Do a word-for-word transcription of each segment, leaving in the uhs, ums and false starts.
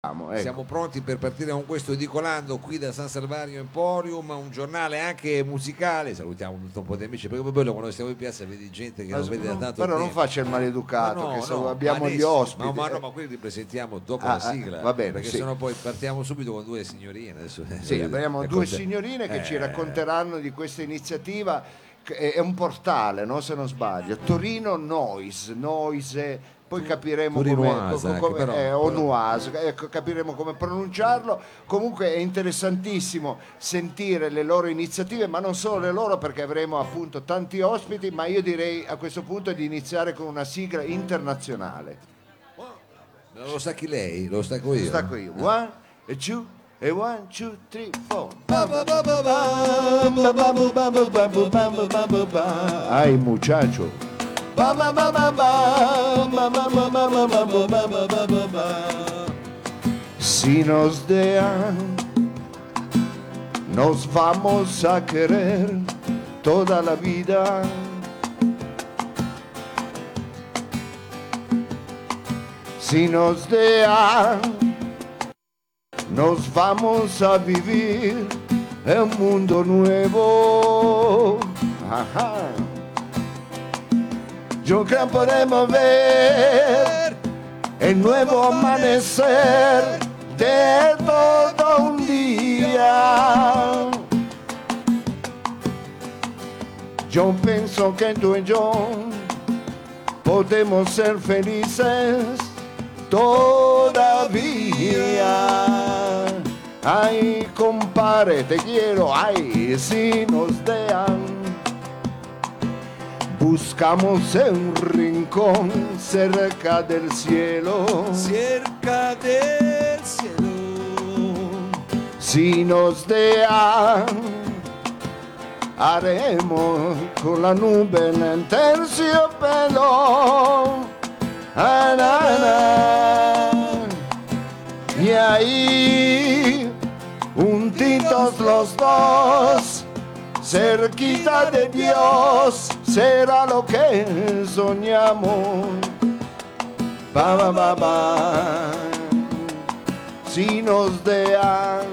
Ecco. Siamo pronti per partire con questo Edicolando qui da San Salvario Emporium, un giornale anche musicale. Salutiamo un po' di amici, perché poi quando stiamo in piazza vedi gente che Ma non vede da non, tanto però tempo. non faccia il maleducato, no, che se no, abbiamo adesso, gli ospiti. Ma, ma no, ma quelli li presentiamo dopo ah, la sigla, va bene, perché sì. sennò poi partiamo subito con due signorine. Adesso, Sì, abbiamo due cose... signorine che eh... ci racconteranno di questa iniziativa. È un portale, no? Se non sbaglio, Torino Noise, Noise. Poi capiremo come, come, come eh, o Nuase, ecco, capiremo come pronunciarlo. Comunque è interessantissimo sentire le loro iniziative, ma non solo le loro, perché avremo appunto tanti ospiti, ma io direi a questo punto di iniziare con una sigla internazionale. Lo sa chi lei? Lo stacco io? Lo stacco io. One e two e one, two, three, four. Ay, muchacho. Si nos dejan, nos vamos a querer toda la vida. Si nos dejan, nos vamos a vivir en un mundo nuevo. Ajá. Yo creo que podemos ver el nuevo amanecer de todo un día. Yo pienso que tú y yo podemos ser felices todavía. Ay, compadre, te quiero, ay, si nos dejan. Buscamos un rincón cerca del cielo, cerca del cielo. Si nos dejan, haremos con la nube en el terciopelo. Ah, na, na. Y ahí, juntitos los dos, cerquita de Dios, será lo que soñamos. Ba, ba, ba, ba. Si nos dejan,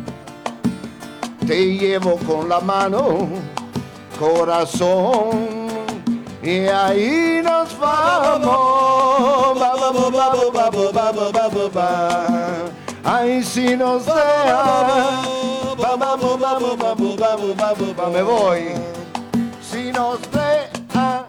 te llevo con la mano, corazón, y ahí nos vamos. Ba, ba, ba, ba, ba, ba, ba, ba, ba, ba, ba. Ay, si nos dejan, ba, ba, ba, ba, ba, ba, ba, ba, ba, ba. Me voy. Si nos dejan.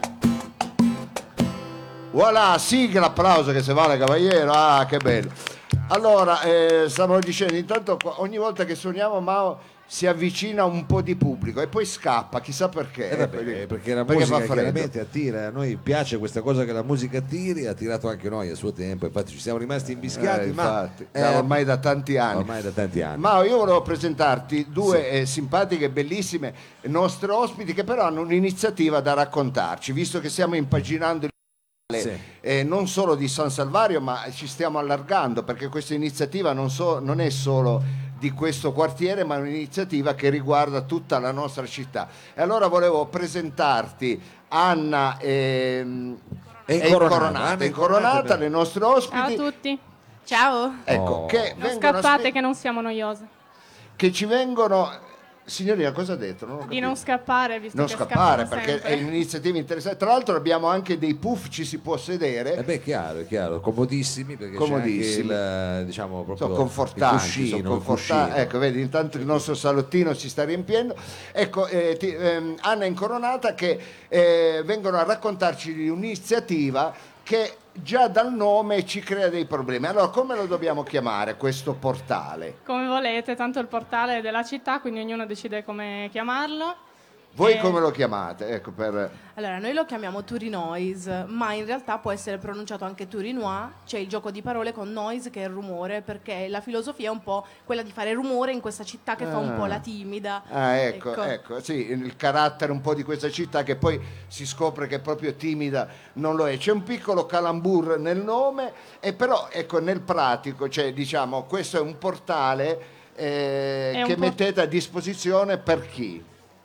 Voilà, sigla, applauso che se vale cavaliere. Ah, che bello. Allora, eh, stavo dicendo, intanto ogni volta che suoniamo Mao si avvicina un po' di pubblico e poi scappa, chissà perché. Eh vabbè, perché, perché la perché musica chiaramente attira, a noi piace questa cosa che la musica attiri, ha attirato anche noi a suo tempo, infatti ci siamo rimasti imbischiati, eh, ma eh, ormai da tanti anni. Ormai da tanti anni. Ma io volevo presentarti due sì. eh, simpatiche, bellissime nostre ospiti che però hanno un'iniziativa da raccontarci, visto che stiamo impaginando il Sì. Eh, non solo di San Salvario, ma ci stiamo allargando, perché questa iniziativa non, so, non è solo di questo quartiere, ma è un'iniziativa che riguarda tutta la nostra città. E allora volevo presentarti Anna e, e Incoronata, Incoronata, Incoronata, le nostre ospiti. Ciao a tutti. Ciao. Ecco, oh. che non scappate spie- che non siamo noiose. Che ci vengono. Signorina, cosa ha detto? Non di non scappare, visto non che scappare perché sempre. È un'iniziativa interessante. Tra l'altro abbiamo anche dei puff, ci si può sedere. Eh beh, chiaro, è chiaro, comodissimi perché comodissimi. c'è anche il, diciamo, proprio sono confortanti, il cuscino, sono confortanti. Ecco, vedi, intanto il nostro salottino si sta riempiendo. Ecco, eh, ti, ehm, Anna Incoronata che eh, vengono a raccontarci di un'iniziativa che già dal nome ci crea dei problemi. Allora, come lo dobbiamo chiamare questo portale? Come volete, tanto il portale è della città, quindi ognuno decide come chiamarlo. Voi e... come lo chiamate? Ecco, per... Allora, noi lo chiamiamo Turinoise, ma in realtà può essere pronunciato anche Turinois, c'è il gioco di parole con noise che è il rumore, perché la filosofia è un po' quella di fare rumore in questa città che ah. fa un po' la timida. Ah, ecco, ecco, ecco, sì, il carattere un po' di questa città che poi si scopre che è proprio timida, non lo è. C'è un piccolo calambur nel nome, e però ecco nel pratico, cioè diciamo, questo è un portale eh, è che un po- mettete a disposizione per chi?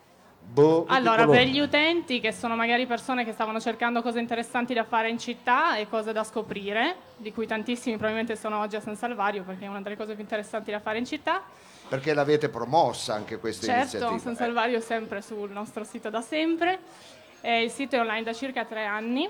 Boh, allora, per gli utenti che sono magari persone che stavano cercando cose interessanti da fare in città e cose da scoprire, di cui tantissimi probabilmente sono oggi a San Salvario perché è una delle cose più interessanti da fare in città. Perché l'avete promossa anche questa certo, iniziativa? Certo, San Salvario è sempre sul nostro sito da sempre. Eh, il sito è online da circa tre anni.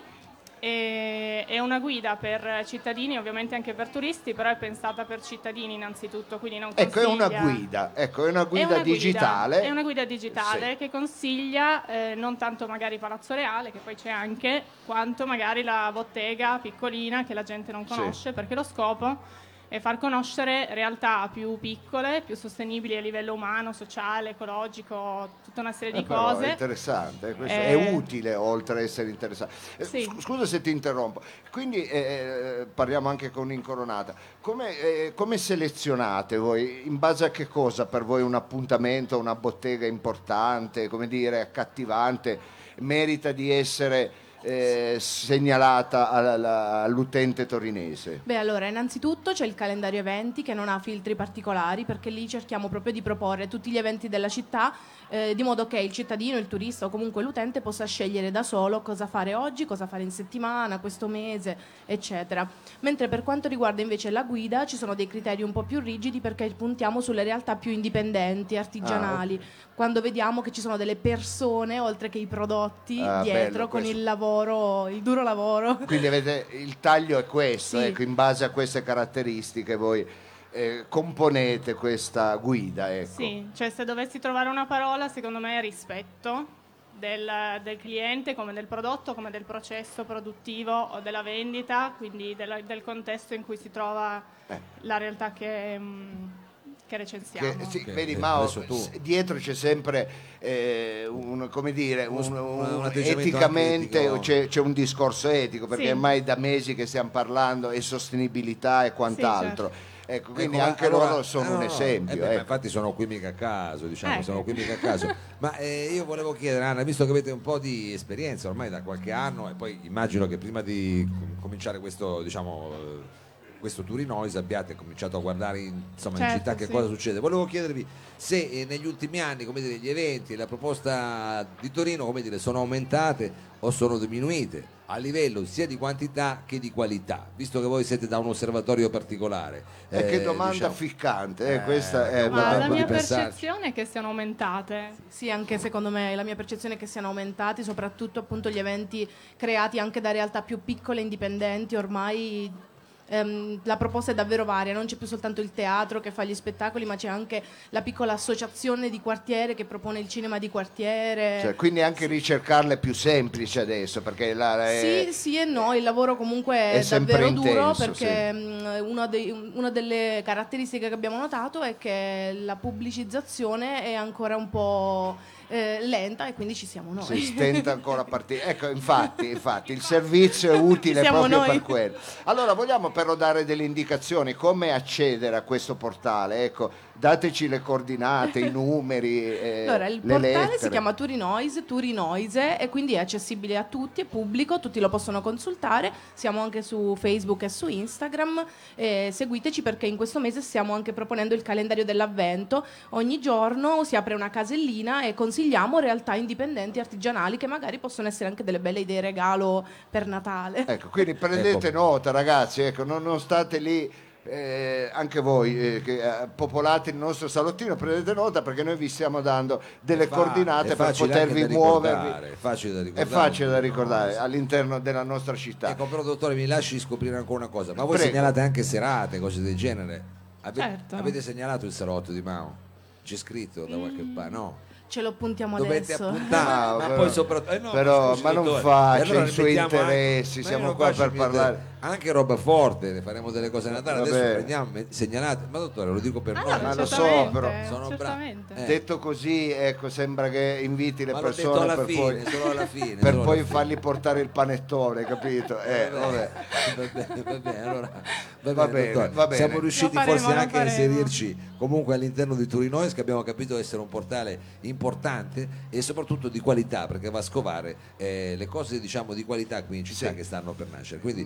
E, è una guida per cittadini, ovviamente anche per turisti, però è pensata per cittadini innanzitutto, quindi non consiglia... Ecco, è una guida, ecco, è una guida, è una digitale. Guida, è una guida digitale sì. che consiglia eh, non tanto magari Palazzo Reale, che poi c'è anche, quanto magari la bottega piccolina che la gente non conosce, sì. perché lo scopo è far conoscere realtà più piccole, più sostenibili a livello umano, sociale, ecologico, tutta una serie eh di cose. È interessante, questo eh... è utile oltre a essere interessante. Eh, sì. Scusa se ti interrompo, quindi eh, parliamo anche con Incoronata. Come, eh, come selezionate voi? In base a che cosa per voi un appuntamento, una bottega importante, come dire, accattivante, merita di essere... Eh, segnalata alla, all'utente torinese? Beh, allora, innanzitutto c'è il calendario eventi che non ha filtri particolari, perché lì cerchiamo proprio di proporre tutti gli eventi della città eh, di modo che il cittadino, il turista o comunque l'utente possa scegliere da solo cosa fare oggi, cosa fare in settimana, questo mese, eccetera. Mentre per quanto riguarda invece la guida ci sono dei criteri un po' più rigidi, perché puntiamo sulle realtà più indipendenti, artigianali, ah, okay. quando vediamo che ci sono delle persone oltre che i prodotti ah, dietro bello, con questo. il lavoro, il duro lavoro. Quindi avete, il taglio è questo, sì. ecco, in base a queste caratteristiche voi eh, componete questa guida. Ecco. Sì, cioè se dovessi trovare una parola, secondo me è rispetto del, del cliente, come del prodotto, come del processo produttivo o della vendita, quindi della, del contesto in cui si trova eh. la realtà che... Mh, che recensiamo. Che, sì, okay, vedi okay, Mao, dietro c'è sempre eh, un, come dire, un, un, un eticamente c'è, c'è un discorso etico, perché sì. ormai da mesi che stiamo parlando e sostenibilità e quant'altro. Sì, certo. Ecco, quindi ecco, anche allora, loro sono no, un esempio. Eh beh, ecco. Infatti sono qui mica a caso, diciamo, eh. sono qui mica a caso. Ma eh, io volevo chiedere, Anna, visto che avete un po' di esperienza ormai da qualche anno, e poi immagino che prima di cominciare questo, diciamo, questo Turinoise abbiate cominciato a guardare in, insomma, certo, in città che sì. cosa succede. Volevo chiedervi se eh, negli ultimi anni, come dire, gli eventi e la proposta di Torino, come dire, sono aumentate o sono diminuite a livello sia di quantità che di qualità, visto che voi siete da un osservatorio particolare. E eh, che domanda diciamo, ficcante, eh, questa è ma la mia percezione è che siano aumentate. Sì, anche secondo me la mia percezione è che siano aumentati, soprattutto appunto gli eventi creati anche da realtà più piccole, indipendenti, ormai. Um, la proposta è davvero varia, non c'è più soltanto il teatro che fa gli spettacoli, ma c'è anche la piccola associazione di quartiere che propone il cinema di quartiere, cioè, quindi anche ricercarle più semplici adesso, perché la, è, sì, sì e no, il lavoro comunque è, è davvero intenso, duro, perché sì. una, dei, una delle caratteristiche che abbiamo notato è che la pubblicizzazione è ancora un po' Eh, lenta, e quindi ci siamo noi. Si stenta ancora a partire. Ecco, infatti, infatti il servizio è utile proprio noi. per quello. Allora, vogliamo però dare delle indicazioni come accedere a questo portale. Ecco, dateci le coordinate, i numeri. Eh, allora, il le portale lettere. si chiama Turinoise, Turinoise, e quindi è accessibile a tutti, è pubblico, tutti lo possono consultare. Siamo anche su Facebook e su Instagram. Eh, seguiteci, perché in questo mese stiamo anche proponendo il calendario dell'avvento. Ogni giorno si apre una casellina e consigliamo realtà indipendenti, artigianali, che magari possono essere anche delle belle idee regalo per Natale. Ecco, quindi prendete ecco. nota, ragazzi, ecco, non, non state lì. Eh, anche voi eh, che eh, popolate il nostro salottino, prendete nota, perché noi vi stiamo dando delle fa, coordinate per potervi muovervi. È facile da ricordare, è facile da ricordare no, all'interno della nostra città. Ecco, però dottore, mi lasci scoprire ancora una cosa, ma voi Prego. segnalate anche serate, cose del genere? Ave- certo. Avete segnalato il salotto di Mao? C'è scritto da qualche mm. parte? No. Ce lo puntiamo Dovete adesso. appuntare, no, ma però, poi soprattutto eh no, però ma, ma non faccia allora i suoi interessi, anche, siamo qua per parlare anche roba forte, ne faremo delle cose a Natale. Vabbè. Adesso prendiamo, segnalate, ma dottore, lo dico per ah, noi, no, ma lo so, però sono bravo. Eh. Detto così, ecco, sembra che inviti le ma persone per fine, poi, solo alla fine, per solo poi alla fargli fine. portare il panettone, capito? Eh, vabbè. Va bene, va bene, allora va va bene, bene, va bene. Siamo riusciti faremo, forse anche a faremo. inserirci comunque all'interno di Turinoise, che abbiamo capito essere un portale importante e soprattutto di qualità, perché va a scovare eh, le cose, diciamo, di qualità qui in città, sì. che stanno per nascere. Quindi meno di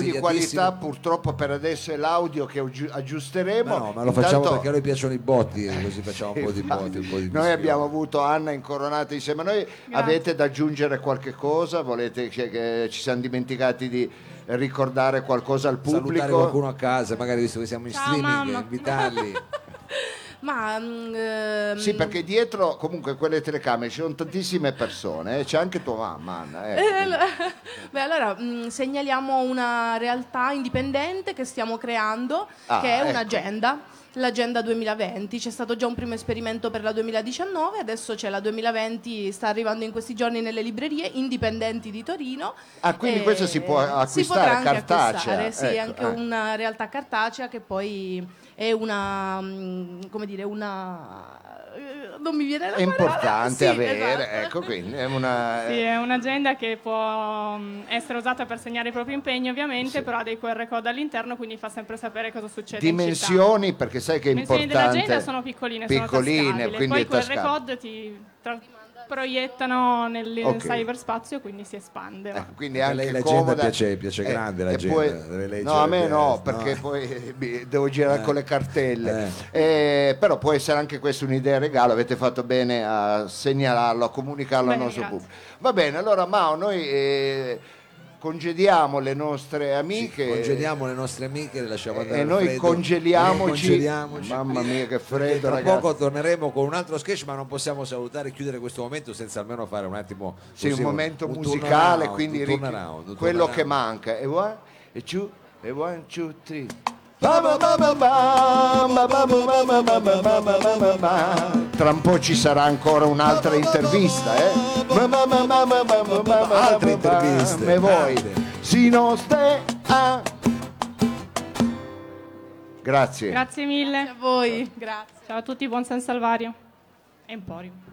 di qualità purtroppo per adesso è l'audio che aggiusteremo. Ma no, ma lo Intanto... facciamo perché a noi piacciono i botti, così facciamo un po' di botti. Un po' di noi abbiamo avuto Anna incoronata insieme a noi. Grazie. Avete da aggiungere qualche cosa? Volete che, che ci siamo dimenticati di ricordare qualcosa al pubblico? Salutare qualcuno a casa, magari visto che siamo in Ciao, streaming, mamma. invitarli. Ma ehm... sì, perché dietro comunque quelle telecamere ci sono tantissime persone, eh? C'è anche tua mamma, Anna. Eh. Beh, allora mh, segnaliamo una realtà indipendente che stiamo creando, ah, che è ecco. un'agenda. L'agenda duemilaventi, c'è stato già un primo esperimento per la duemiladiciannove, adesso c'è la duemilaventi, sta arrivando in questi giorni nelle librerie indipendenti di Torino. Ah, quindi questo si può acquistare si cartacea? Acquistare, sì, ecco, anche eh. una realtà cartacea che poi è una, come dire, una... non mi viene la è parola. importante Sì, avere, esatto. ecco, quindi è una sì, è un'agenda che può essere usata per segnare i propri impegni ovviamente, sì. però ha dei Q R code all'interno, quindi fa sempre sapere cosa succede dimensioni in città. Perché sai che è dimensioni importante. Dimensioni dell'agenda sono piccoline, piccoline sono quindi poi i Q R code ti tra- proiettano nel okay. cyberspazio, quindi si espande. Eh, quindi anche lei comoda. L'agenda piace, piace eh, grande l'agenda. Poi, no, a me no, perché no. poi devo girare eh. con le cartelle. Eh. Eh, però può essere anche questa un'idea regalo, avete fatto bene a segnalarlo, a comunicarlo bene, al nostro grazie. pubblico. Va bene, allora Mao, noi eh, congediamo le nostre amiche. Sì, congediamo le nostre amiche, le lasciamo andare e noi freddo. congeliamoci. congeliamoci. Mamma mia che freddo, tra ragazzi. poco torneremo con un altro sketch, ma non possiamo salutare e chiudere questo momento senza almeno fare un attimo sì, così, un momento un, musicale, un quindi un turnaround, un quello turnaround. che manca. E one, e two, e one, two, three. Tra un po' ci sarà ancora un'altra intervista, eh? Altre interviste. E voi? Si non ste a... Grazie. Grazie mille. Grazie a voi. Grazie. Ciao a tutti, buon San Salvario. Emporium.